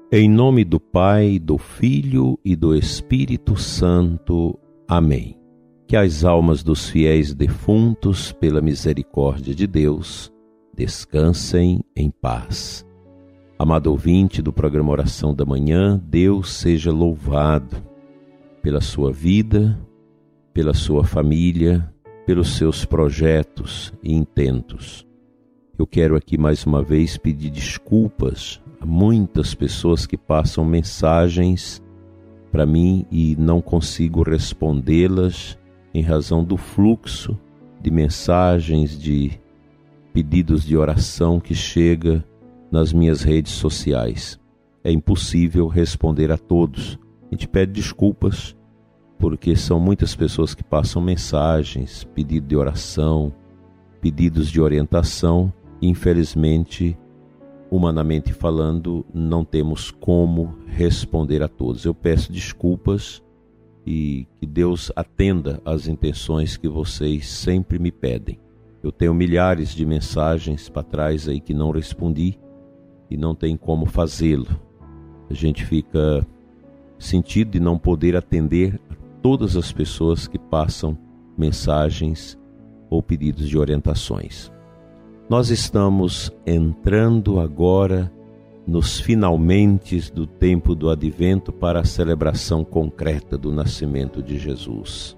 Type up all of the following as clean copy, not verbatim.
Em nome do Pai, do Filho e do Espírito Santo. Amém. Que as almas dos fiéis defuntos, pela misericórdia de Deus, descansem em paz. Amado ouvinte do programa Oração da Manhã, Deus seja louvado pela sua vida, pela sua família, pelos seus projetos e intentos. Eu quero aqui mais uma vez pedir desculpas a muitas pessoas que passam mensagens para mim e não consigo respondê-las em razão do fluxo de mensagens, de pedidos de oração que chega nas minhas redes sociais. É impossível responder a todos. A gente pede desculpas porque são muitas pessoas que passam mensagens, pedido de oração, pedidos de orientação e, infelizmente, humanamente falando, não temos como responder a todos. Eu peço desculpas e que Deus atenda às intenções que vocês sempre me pedem. Eu tenho milhares de mensagens para trás aí que não respondi e não tem como fazê-lo. A gente fica sentido de não poder atender a todas as pessoas que passam mensagens ou pedidos de orientações. Nós estamos entrando agora nos finalmente do tempo do Advento para a celebração concreta do nascimento de Jesus.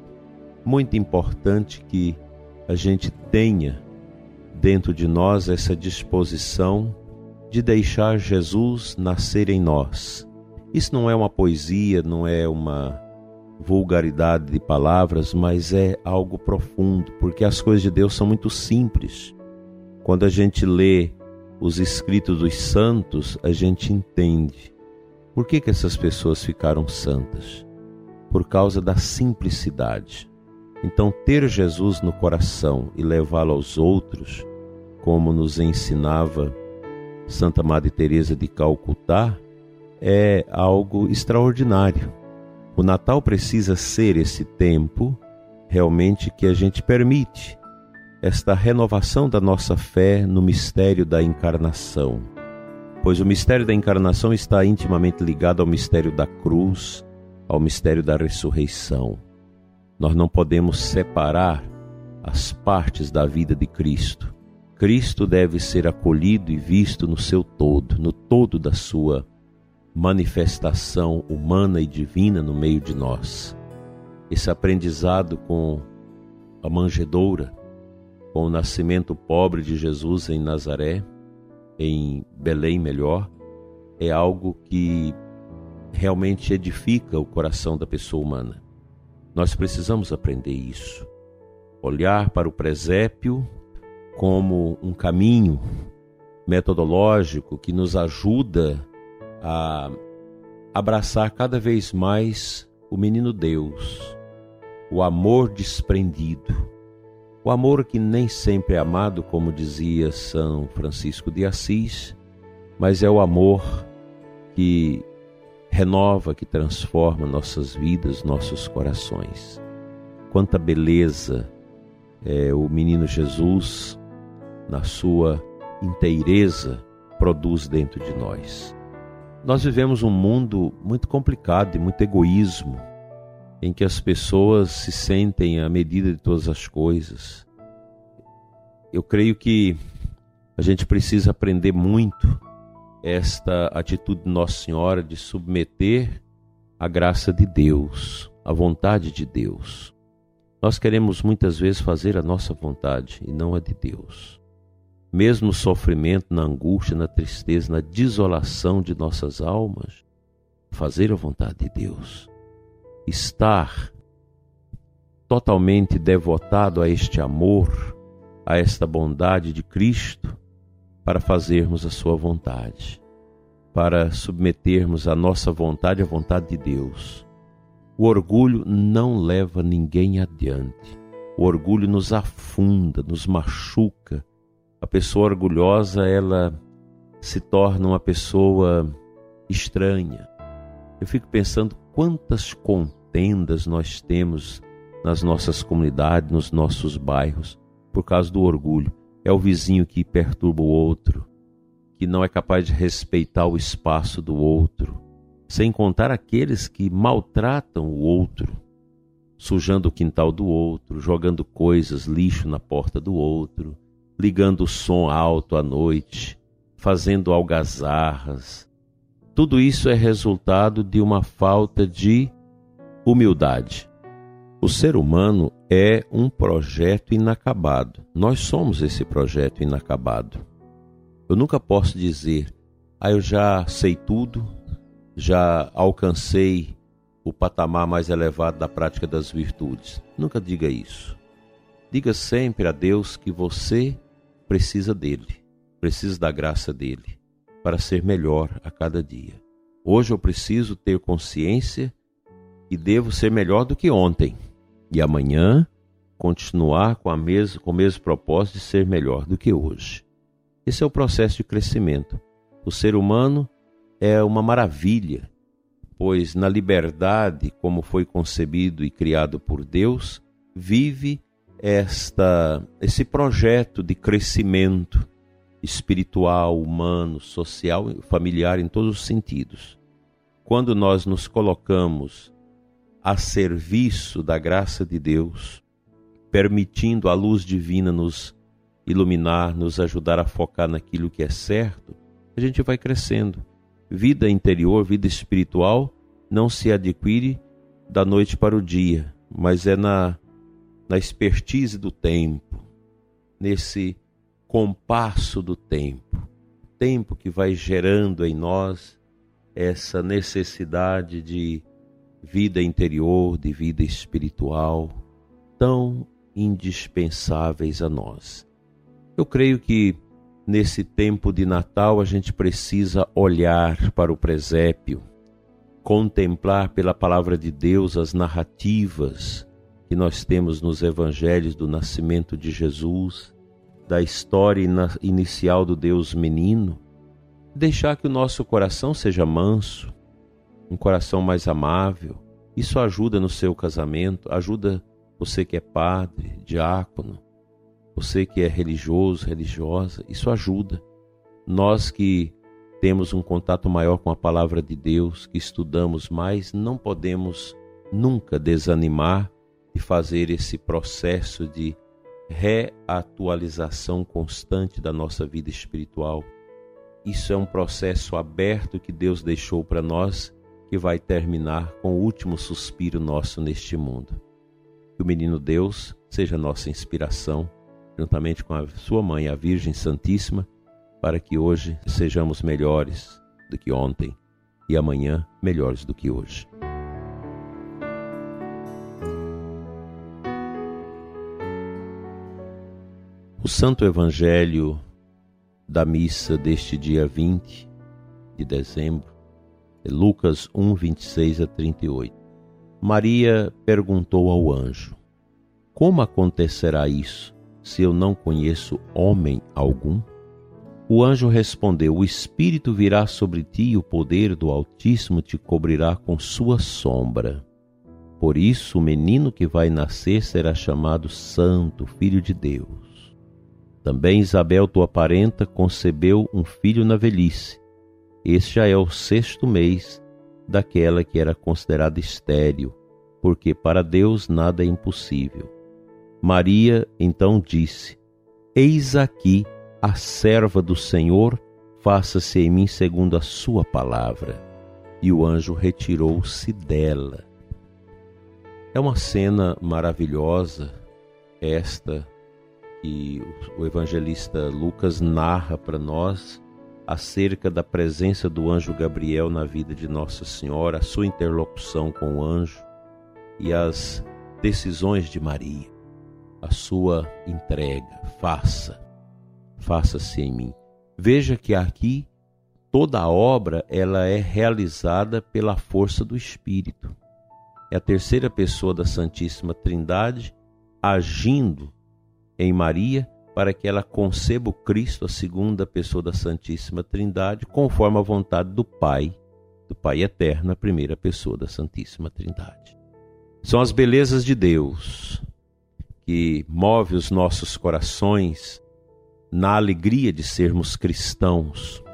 Muito importante que a gente tenha dentro de nós essa disposição de deixar Jesus nascer em nós. Isso não é uma poesia, não é uma vulgaridade de palavras, mas é algo profundo, porque as coisas de Deus são muito simples. Quando a gente lê os escritos dos santos, a gente entende por que essas pessoas ficaram santas. Por causa da simplicidade. Então, ter Jesus no coração e levá-lo aos outros, como nos ensinava Santa Madre Teresa de Calcutá, é algo extraordinário. O Natal precisa ser esse tempo realmente que a gente permite esta renovação da nossa fé no mistério da encarnação, pois o mistério da encarnação está intimamente ligado ao mistério da cruz, ao mistério da ressurreição. Nós não podemos separar as partes da vida de Cristo. Cristo deve ser acolhido e visto no seu todo, no todo da sua manifestação humana e divina no meio de nós. Esse aprendizado com a manjedoura, com o nascimento pobre de Jesus em Nazaré, em Belém melhor, é algo que realmente edifica o coração da pessoa humana. Nós precisamos aprender isso. Olhar para o presépio como um caminho metodológico que nos ajuda a abraçar cada vez mais o menino Deus, o amor desprendido. O amor que nem sempre é amado, como dizia São Francisco de Assis, mas é o amor que renova, que transforma nossas vidas, nossos corações. Quanta beleza o menino Jesus, na sua inteireza, produz dentro de nós. Nós vivemos um mundo muito complicado, de muito egoísmo, em que as pessoas se sentem à medida de todas as coisas. Eu creio que a gente precisa aprender muito esta atitude de Nossa Senhora de submeter a graça de Deus, a vontade de Deus. Nós queremos muitas vezes fazer a nossa vontade e não a de Deus. Mesmo no sofrimento, na angústia, na tristeza, na desolação de nossas almas, fazer a vontade de Deus. Estar totalmente devotado a este amor, a esta bondade de Cristo, para fazermos a sua vontade, para submetermos a nossa vontade à vontade de Deus. O orgulho não leva ninguém adiante. O orgulho nos afunda, nos machuca. A pessoa orgulhosa, ela se torna uma pessoa estranha. Eu fico pensando quantas contendas nós temos nas nossas comunidades, nos nossos bairros, por causa do orgulho. É o vizinho que perturba o outro, que não é capaz de respeitar o espaço do outro, sem contar aqueles que maltratam o outro, sujando o quintal do outro, jogando coisas, lixo na porta do outro, ligando o som alto à noite, fazendo algazarras. Tudo isso é resultado de uma falta de humildade. O ser humano é um projeto inacabado. Nós somos esse projeto inacabado. Eu nunca posso dizer, eu já sei tudo, já alcancei o patamar mais elevado da prática das virtudes. Nunca diga isso. Diga sempre a Deus que você precisa dele, precisa da graça dele para ser melhor a cada dia. Hoje eu preciso ter consciência que devo ser melhor do que ontem e amanhã continuar com o mesmo propósito de ser melhor do que hoje. Esse é o processo de crescimento. O ser humano é uma maravilha, pois na liberdade, como foi concebido e criado por Deus, vive esse projeto de crescimento espiritual, humano, social, familiar, em todos os sentidos. Quando nós nos colocamos a serviço da graça de Deus, permitindo a luz divina nos iluminar, nos ajudar a focar naquilo que é certo, a gente vai crescendo. Vida interior, vida espiritual, não se adquire da noite para o dia, mas é na expertise do tempo, nesse compasso do tempo que vai gerando em nós essa necessidade de vida interior, de vida espiritual, tão indispensáveis a nós. Eu creio que nesse tempo de Natal a gente precisa olhar para o presépio, contemplar pela palavra de Deus as narrativas que nós temos nos evangelhos do nascimento de Jesus, da história inicial do Deus menino, deixar que o nosso coração seja manso, um coração mais amável. Isso ajuda no seu casamento, ajuda você que é padre, diácono, você que é religioso, religiosa, isso ajuda. Nós que temos um contato maior com a palavra de Deus, que estudamos mais, não podemos nunca desanimar de fazer esse processo de reatualização constante da nossa vida espiritual. Isso é um processo aberto que Deus deixou para nós, que vai terminar com o último suspiro nosso neste mundo. Que o menino Deus seja nossa inspiração, juntamente com a sua mãe, a Virgem Santíssima, para que hoje sejamos melhores do que ontem e amanhã melhores do que hoje. O Santo Evangelho da missa deste dia 20 de dezembro é Lucas 1, 26 a 38. Maria perguntou ao anjo: como acontecerá isso, se eu não conheço homem algum? O anjo respondeu: o Espírito virá sobre ti e o poder do Altíssimo te cobrirá com sua sombra. Por isso o menino que vai nascer será chamado Santo, Filho de Deus. Também Isabel, tua parenta, concebeu um filho na velhice. Este já é o 6º mês daquela que era considerada estéril, porque para Deus nada é impossível. Maria então disse: eis aqui a serva do Senhor, faça-se em mim segundo a sua palavra. E o anjo retirou-se dela. É uma cena maravilhosa esta que o evangelista Lucas narra para nós acerca da presença do anjo Gabriel na vida de Nossa Senhora, a sua interlocução com o anjo e as decisões de Maria, a sua entrega. Faça-se em mim. Veja que aqui toda a obra ela é realizada pela força do Espírito. É a terceira pessoa da Santíssima Trindade agindo em Maria para que ela conceba o Cristo, a segunda pessoa da Santíssima Trindade, conforme a vontade do Pai eterno, a primeira pessoa da Santíssima Trindade. São as belezas de Deus que move os nossos corações na alegria de sermos cristãos,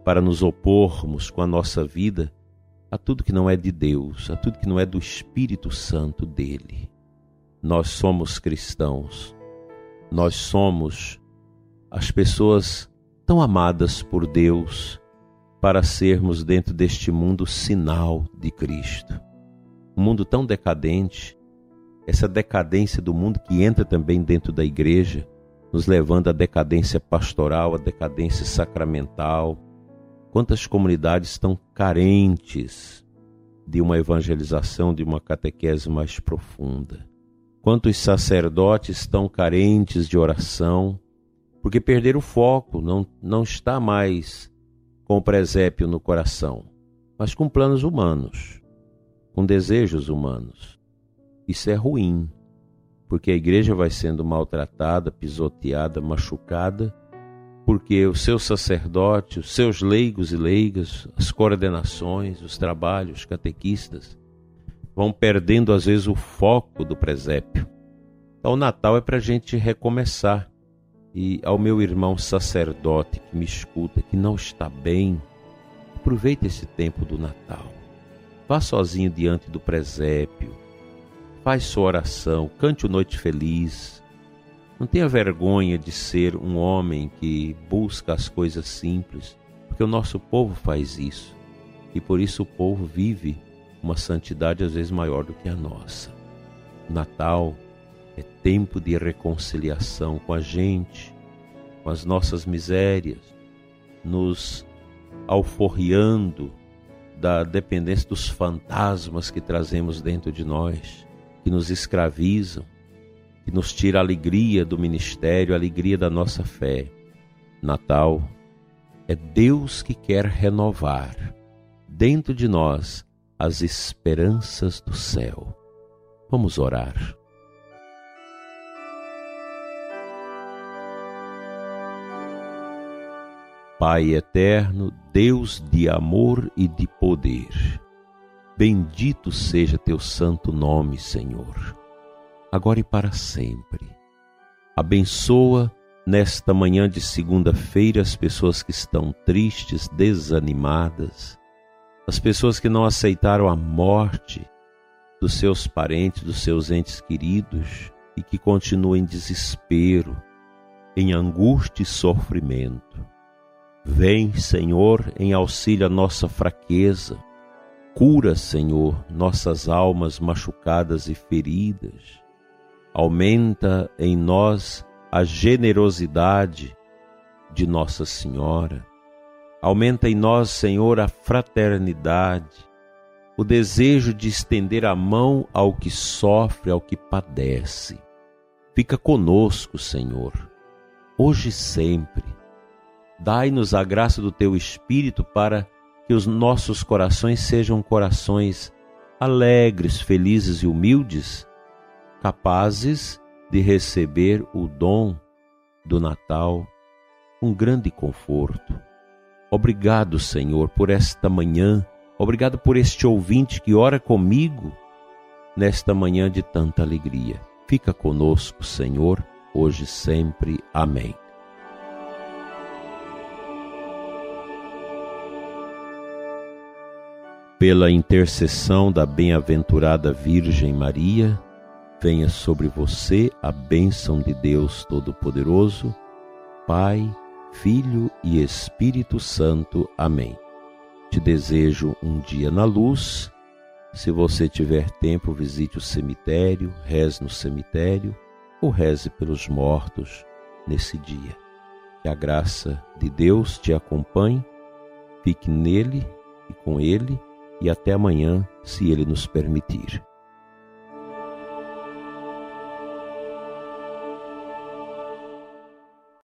para nos opormos com a nossa vida a tudo que não é de Deus, a tudo que não é do Espírito Santo dele. Nós somos cristãos, nós somos as pessoas tão amadas por Deus para sermos dentro deste mundo sinal de Cristo. Um mundo tão decadente, essa decadência do mundo que entra também dentro da igreja, nos levando à decadência pastoral, à decadência sacramental. Quantas comunidades estão carentes de uma evangelização, de uma catequese mais profunda. Quantos sacerdotes estão carentes de oração, porque perderam o foco, não está mais com o presépio no coração, mas com planos humanos, com desejos humanos. Isso é ruim, porque a igreja vai sendo maltratada, pisoteada, machucada, porque o seu sacerdote, os seus leigos e leigas, as coordenações, os trabalhos, os catequistas, vão perdendo às vezes o foco do presépio. Então o Natal é para a gente recomeçar. E ao meu irmão sacerdote que me escuta, que não está bem, aproveite esse tempo do Natal. Vá sozinho diante do presépio, faz sua oração, cante o Noite Feliz. Não tenha vergonha de ser um homem que busca as coisas simples, porque o nosso povo faz isso. E por isso o povo vive uma santidade às vezes maior do que a nossa. Natal é tempo de reconciliação com a gente, com as nossas misérias, nos alforriando da dependência dos fantasmas que trazemos dentro de nós, que nos escravizam, que nos tira a alegria do ministério, a alegria da nossa fé. Natal é Deus que quer renovar dentro de nós as esperanças do céu. Vamos orar. Pai eterno, Deus de amor e de poder, bendito seja teu santo nome, Senhor, agora e para sempre. Abençoa nesta manhã de segunda-feira as pessoas que estão tristes, desanimadas, as pessoas que não aceitaram a morte dos seus parentes, dos seus entes queridos e que continuam em desespero, em angústia e sofrimento. Vem, Senhor, em auxílio à nossa fraqueza. Cura, Senhor, nossas almas machucadas e feridas. Aumenta em nós a generosidade de Nossa Senhora. Aumenta em nós, Senhor, a fraternidade, o desejo de estender a mão ao que sofre, ao que padece. Fica conosco, Senhor, hoje e sempre. Dai-nos a graça do Teu Espírito para que os nossos corações sejam corações alegres, felizes e humildes, capazes de receber o dom do Natal com grande conforto. Obrigado, Senhor, por esta manhã. Obrigado por este ouvinte que ora comigo nesta manhã de tanta alegria. Fica conosco, Senhor, hoje e sempre. Amém. Pela intercessão da bem-aventurada Virgem Maria, venha sobre você a bênção de Deus Todo-Poderoso, Pai, Filho e Espírito Santo. Amém. Te desejo um dia na luz. Se você tiver tempo, visite o cemitério, reze no cemitério ou reze pelos mortos nesse dia. Que a graça de Deus te acompanhe, fique nele e com ele, e até amanhã, se ele nos permitir.